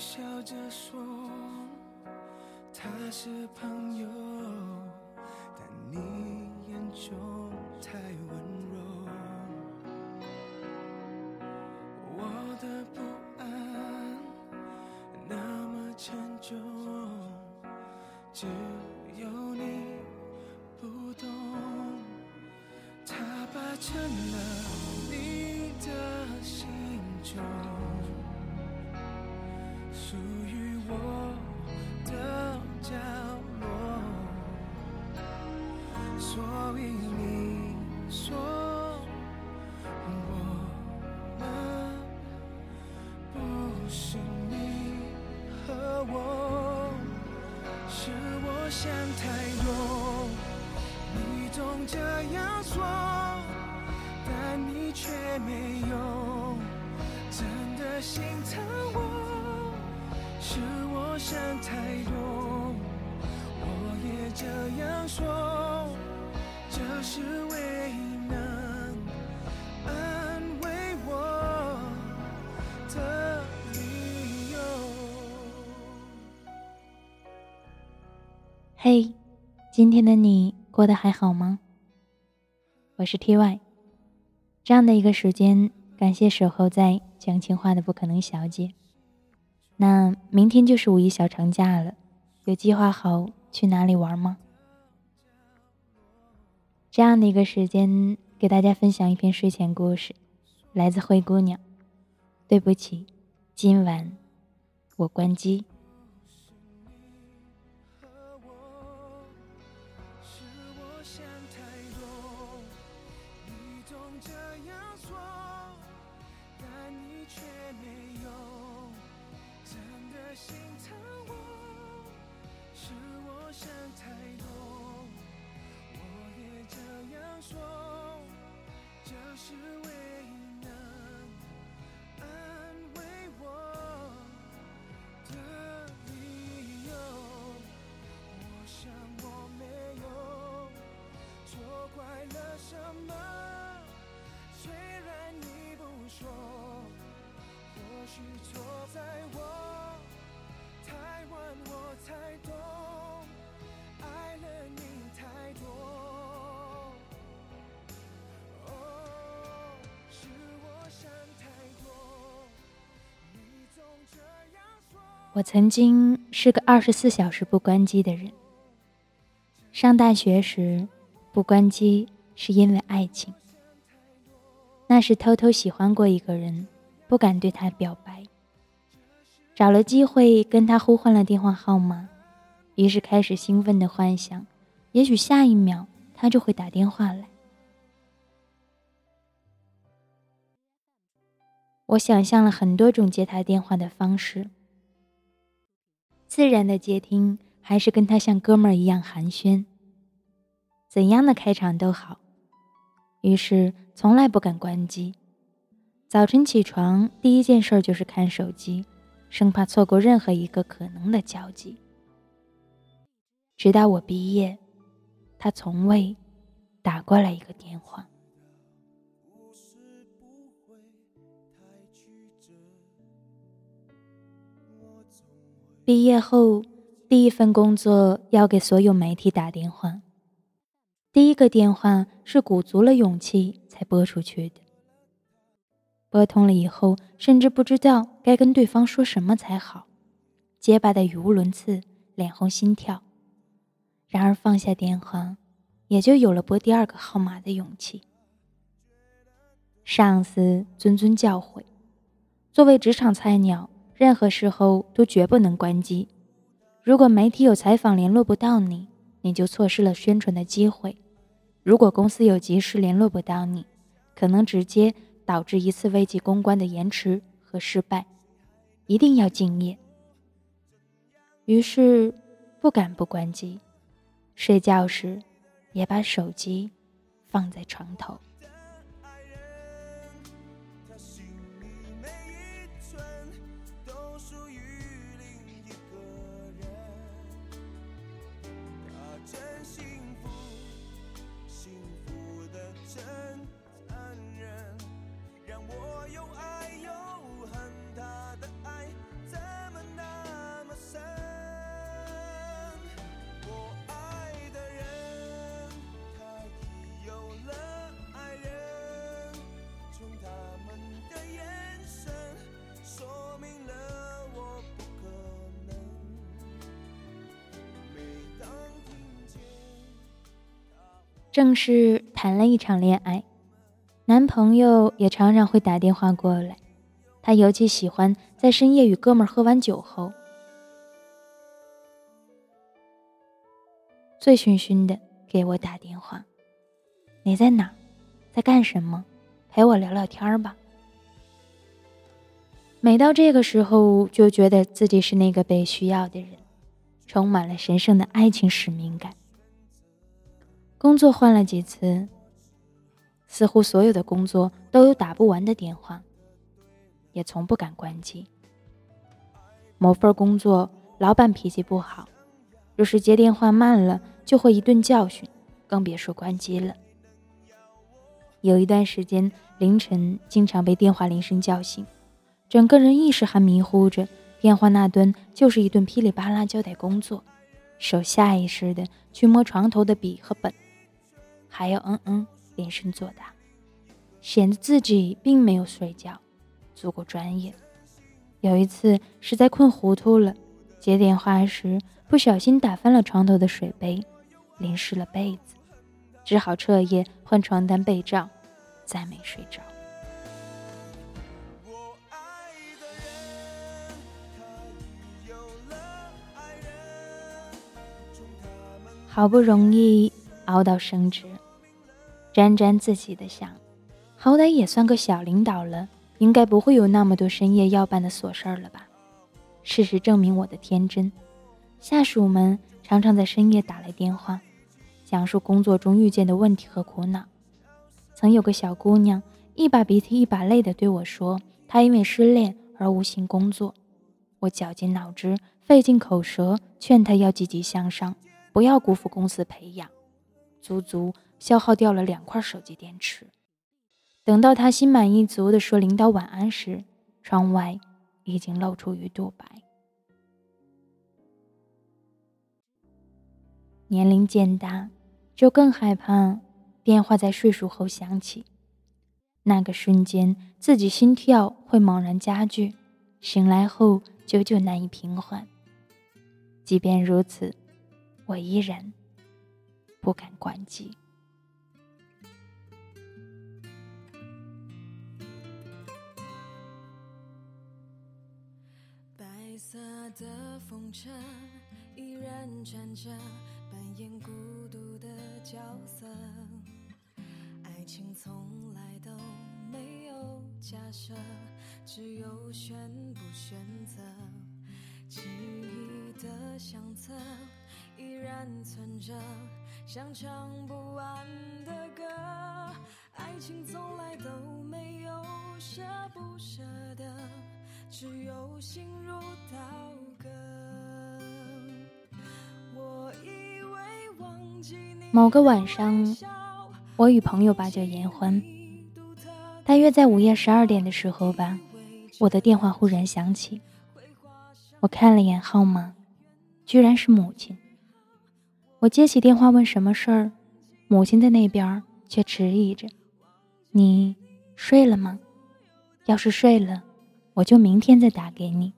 笑着说他是朋友，但你眼中太温柔。我的不安那么沉重，只有你不懂。它霸占了你的心中，属于我的角落，所以你说我们不是你和我，是我想太多，你总这样说，但你却没有真的心疼我，是我想太多，我也这样说，这是唯一能安慰我的理由。 嘿，今天的你过得还好吗？我是 TY， 这样的一个时间，感谢守候在讲情话的不可能小姐。那明天就是5一小长假了，有计划好去哪里玩吗？这样的一个时间，给大家分享一篇睡前故事，来自灰姑娘。对不起，今晚我关机。 心疼我，是我想太多，我也这样说，这是唯一能安慰我的理由。我想我没有错怪了什么，虽然你不说，或许错在我太晚，我才懂，爱了你太多。哦，是我想太多，你总这样说。 我曾经是个24小时不关机的人。上大学时，不关机是因为爱情。那时偷偷喜欢过一个人，不敢对他表白。找了机会跟他互换了电话号码，于是开始兴奋地幻想，也许下一秒他就会打电话来。我想象了很多种接他电话的方式，自然的接听，还是跟他像哥们儿一样寒暄，怎样的开场都好。于是从来不敢关机。早晨起床，第一件事就是看手机，生怕错过任何一个可能的交集。直到我毕业，他从未打过来一个电话。毕业后，第一份工作要给所有媒体打电话。第一个电话是鼓足了勇气才拨出去的。拨通了以后，甚至不知道该跟对方说什么才好，结巴的语无伦次，脸红心跳。然而放下电话，也就有了拨第2个号码的勇气。上司谆谆教诲，作为职场菜鸟，任何时候都绝不能关机。如果媒体有采访联络不到你，你就错失了宣传的机会；如果公司有急事联络不到你，可能直接导致一次危及公关的延迟和失败。一定要敬业。于是不敢不关机，睡觉时也把手机放在床头。 正是谈了一场恋爱，男朋友也常常会打电话过来，他尤其喜欢在深夜与哥们儿喝完酒后，醉醺醺的给我打电话。你在哪儿？在干什么？陪我聊聊天吧。每到这个时候，就觉得自己是那个被需要的人，充满了神圣的爱情使命感。工作换了几次，似乎所有的工作都有打不完的电话，也从不敢关机。某份工作老板脾气不好，若是接电话慢了就会一顿教训，更别说关机了。有一段时间凌晨经常被电话铃声叫醒，整个人意识还迷糊着，电话那端就是一顿噼里啪啦交代工作，手下意识地去摸床头的笔和本，还要连声作答，显得自己并没有睡觉，足够专业。有一次实在困糊涂了，接电话时不小心打翻了床头的水杯，淋湿了被子，只好彻夜换床单被罩，再没睡着。好不容易熬到升职，沾沾自喜的想，好歹也算个小领导了，应该不会有那么多深夜要办的琐事了吧。事实证明我的天真，下属们常常在深夜打来电话，讲述工作中遇见的问题和苦恼。曾有个小姑娘一把鼻涕一把泪地对我说，她因为失恋而无心工作。我绞尽脑汁费尽口舌劝她要积极向上，不要辜负公司培养，足足消耗掉了2块手机电池。等到她心满意足地说领导晚安时，窗外已经露出鱼肚白。年龄渐大，就更害怕电话在睡熟后响起，那个瞬间自己心跳会猛然加剧，醒来后久久难以平缓。即便如此，我依然不敢关机。 白色的风车依然转着，扮演孤独的角色。爱情从来都没有假设，只有选不选择。记忆的相册依然存着，像唱不完的歌。爱情从来都没有舍不舍得，只有心如刀割。我以为忘记你。 某个晚上，我与朋友把酒言欢，大约在午夜12点的时候吧，我的电话忽然响起。我看了眼号码，居然是母亲。我接起电话问什么事儿，母亲的那边却迟疑着：你睡了吗？要是睡了，我就明天再打给你。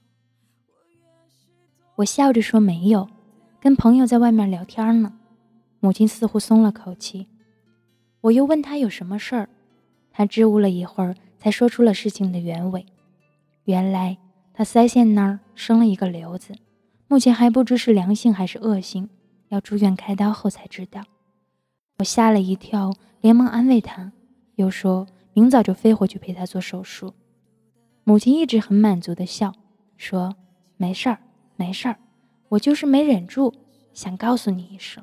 我笑着说没有，跟朋友在外面聊天呢。母亲似乎松了口气。我又问她有什么事儿，她支吾了一会儿，才说出了事情的原委。原来她腮腺那儿生了一个瘤子，目前还不知是良性还是恶性，要住院开刀后才知道。我吓了一跳，连忙安慰她，又说明早就飞回去陪她做手术。母亲一直很满足地笑，说没事儿没事儿，我就是没忍住，想告诉你一声。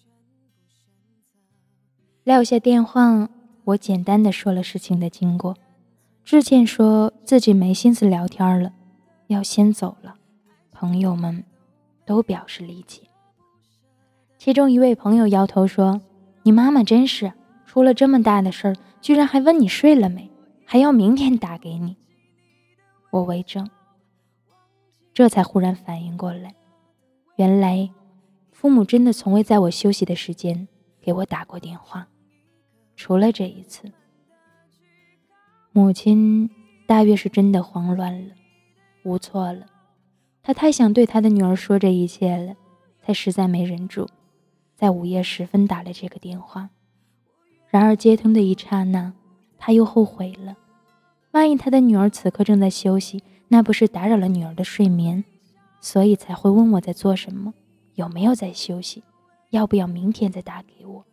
撂下电话，我简单地说了事情的经过，致歉说自己没心思聊天了，要先走了。朋友们都表示理解。其中一位朋友摇头说，你妈妈真是出了这么大的事儿，居然还问你睡了没，还要明天打给你。我为证，这才忽然反应过来，原来父母真的从未在我休息的时间给我打过电话，除了这一次。母亲大约是真的慌乱了，无措了，她太想对她的女儿说这一切了，才实在没忍住， 在午夜时分打了这个电话。然而接通的一刹那，他又后悔了。万一他的女儿此刻正在休息，那不是打扰了女儿的睡眠，所以才会问我在做什么，有没有在休息，要不要明天再打给我。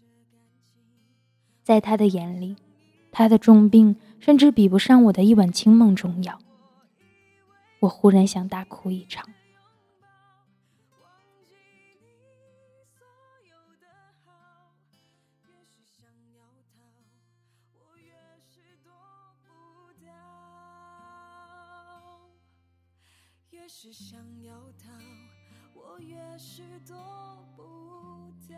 在他的眼里，他的重病甚至比不上我的一碗清梦重要。我忽然想大哭一场。 越是想要逃，我越是躲不掉。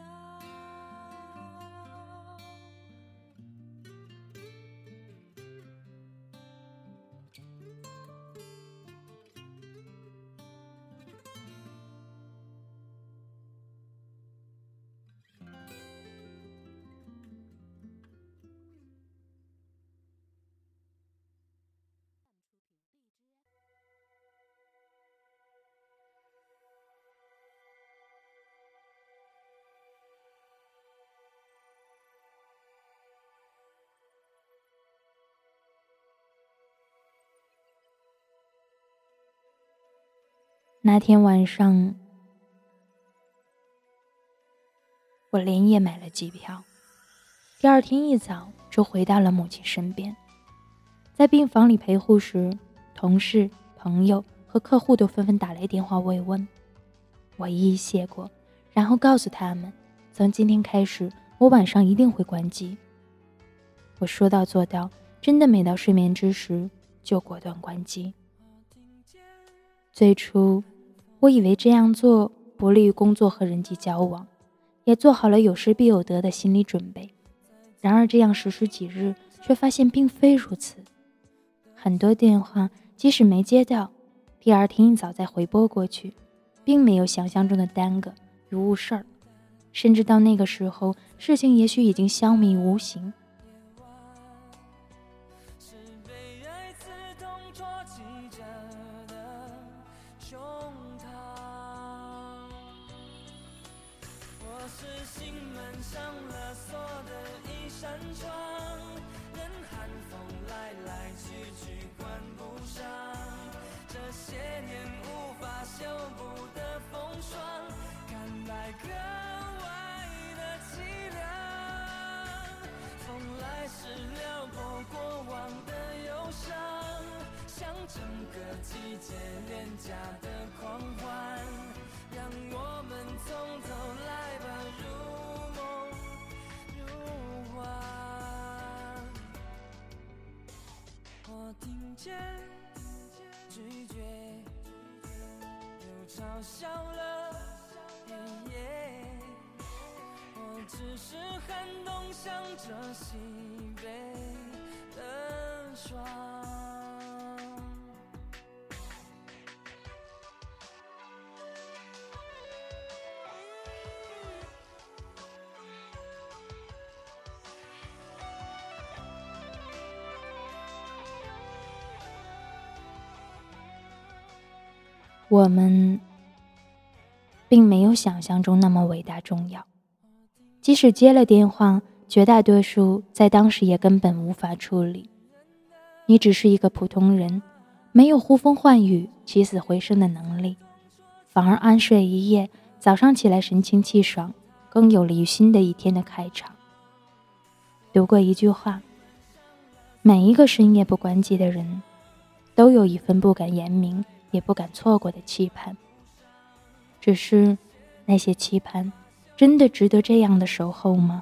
那天晚上，我连夜买了机票，第二天一早就回到了母亲身边。在病房里陪护时，同事、朋友和客户都纷纷打来电话慰问，我一一谢过，然后告诉他们，从今天开始，我晚上一定会关机。我说到做到，真的每到睡眠之时就果断关机。最初我以为这样做不利于工作和人际交往，也做好了有失必有得的心理准备。然而这样实施几日，却发现并非如此。很多电话即使没接到，第二天一早再回拨过去，并没有想象中的耽搁与误事儿，甚至到那个时候，事情也许已经消弭无形。 心门上了锁的一扇窗，任寒风来来去去关不上，这些年无法修补的风霜，看来格外的凄凉。风来时撩拨过往的忧伤，像整个季节廉价的狂欢，让我们从头来吧，如梦如幻。我听见拒绝，又嘲笑了，我只是寒冬向着西北的霜。 我们并没有想象中那么伟大重要，即使接了电话，绝大多数在当时也根本无法处理。你只是一个普通人，没有呼风唤雨、起死回生的能力，反而安睡一夜，早上起来神清气爽，更有利于新的一天的开场。读过一句话，每一个深夜不关机的人，都有一份不敢言明也不敢错过的期盼，只是那些期盼真的值得这样的守候吗？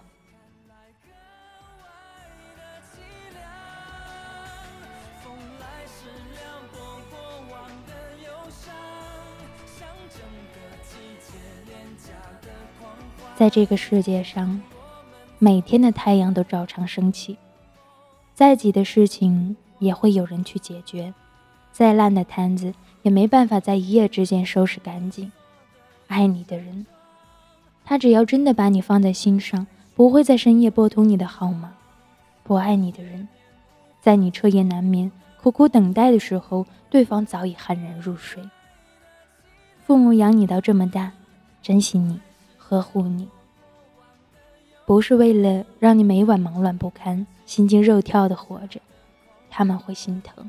在这个世界上，每天的太阳都照常升起，再急的事情也会有人去解决，再烂的摊子也没办法在一夜之间收拾干净。爱你的人，他只要真的把你放在心上，不会在深夜拨通你的号码。不爱你的人，在你彻夜难眠、苦苦等待的时候，对方早已酣然入睡。父母养你到这么大，珍惜你， 呵护你，不是为了让你每晚忙乱不堪、心惊肉跳的活着，他们会心疼。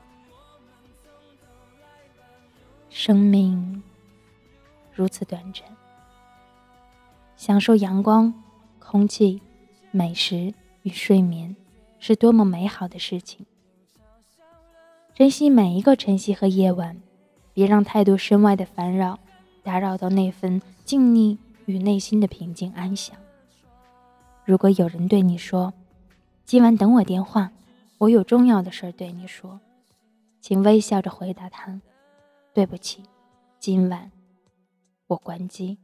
生命如此短暂，享受阳光、空气、美食与睡眠是多么美好的事情。珍惜每一个晨曦和夜晚，别让太多身外的烦扰打扰到那份静谧与内心的平静安详。如果有人对你说，今晚等我电话，我有重要的事对你说，请微笑着回答他，对不起，今晚我关机。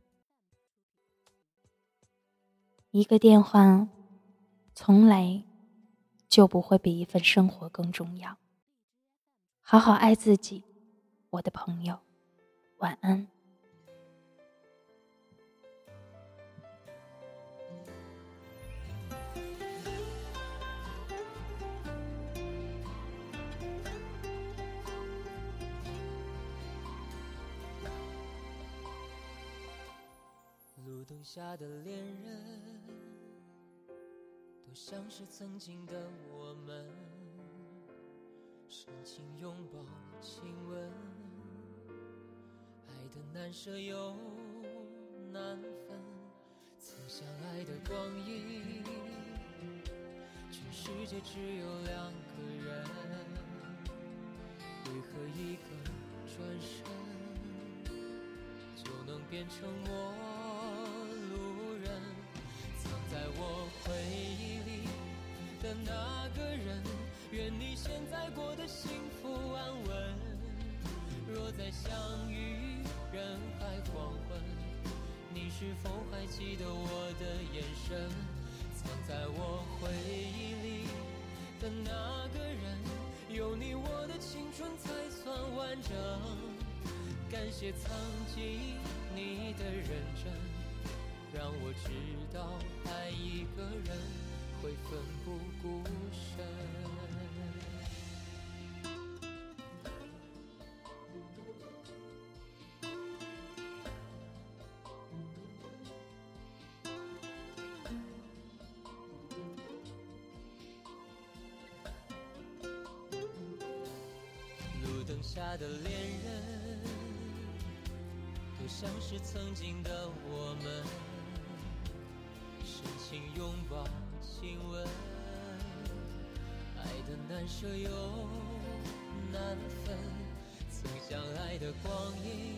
一个电话从来就不会比一份生活更重要。好好爱自己，我的朋友，晚安。 路灯下的恋人，都像是曾经的我们，深情拥抱亲吻，爱的难舍又难分，曾相爱的光阴，全世界只有两个人，为何一个转身就能变成陌路人？藏在我回忆里的那个人，愿你现在过得幸福安稳。若再相遇人海黄昏，你是否还记得我的眼神？藏在我回忆里的那个人，有你我的青春才算完整。感谢曾经你的认真，让我知道爱一个人会奋不顾身。路灯下的恋人，都像是曾经的我们，深情拥抱亲吻，爱的难舍又难分，曾相爱的光阴，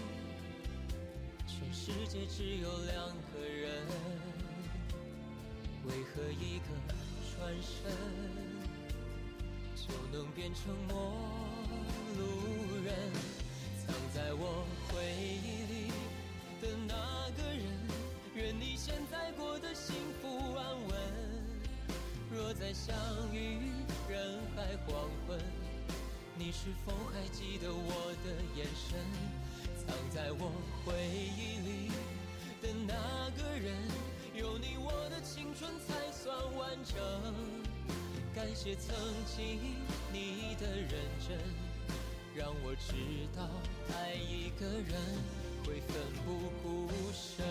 全世界只有两个人，为何一个转身就能变成陌路人？藏在我回忆里的那个人，愿你现在过得幸福安稳。若再相遇人海黄昏，你是否还记得我的眼神？藏在我回忆里的那个人，有你我的青春才算完整。感谢曾经你的认真，让我知道爱一个人会奋不顾身。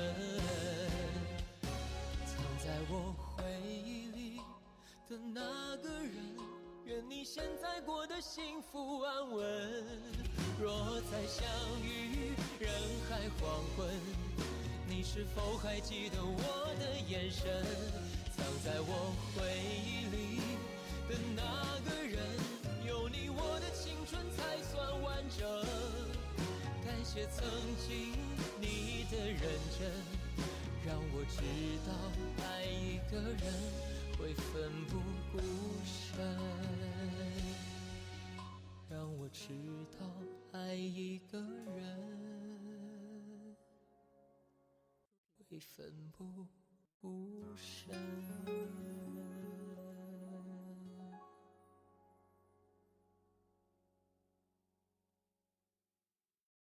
藏在我回忆里的那个人，愿你现在过得幸福安稳。若再相遇人海黄昏，你是否还记得我的眼神？藏在我回忆里的那个人，有你我的青春才算完整。感谢曾经你的认真，让我知道爱一个人会奋不顾身。让我知道爱一个人会奋不顾身。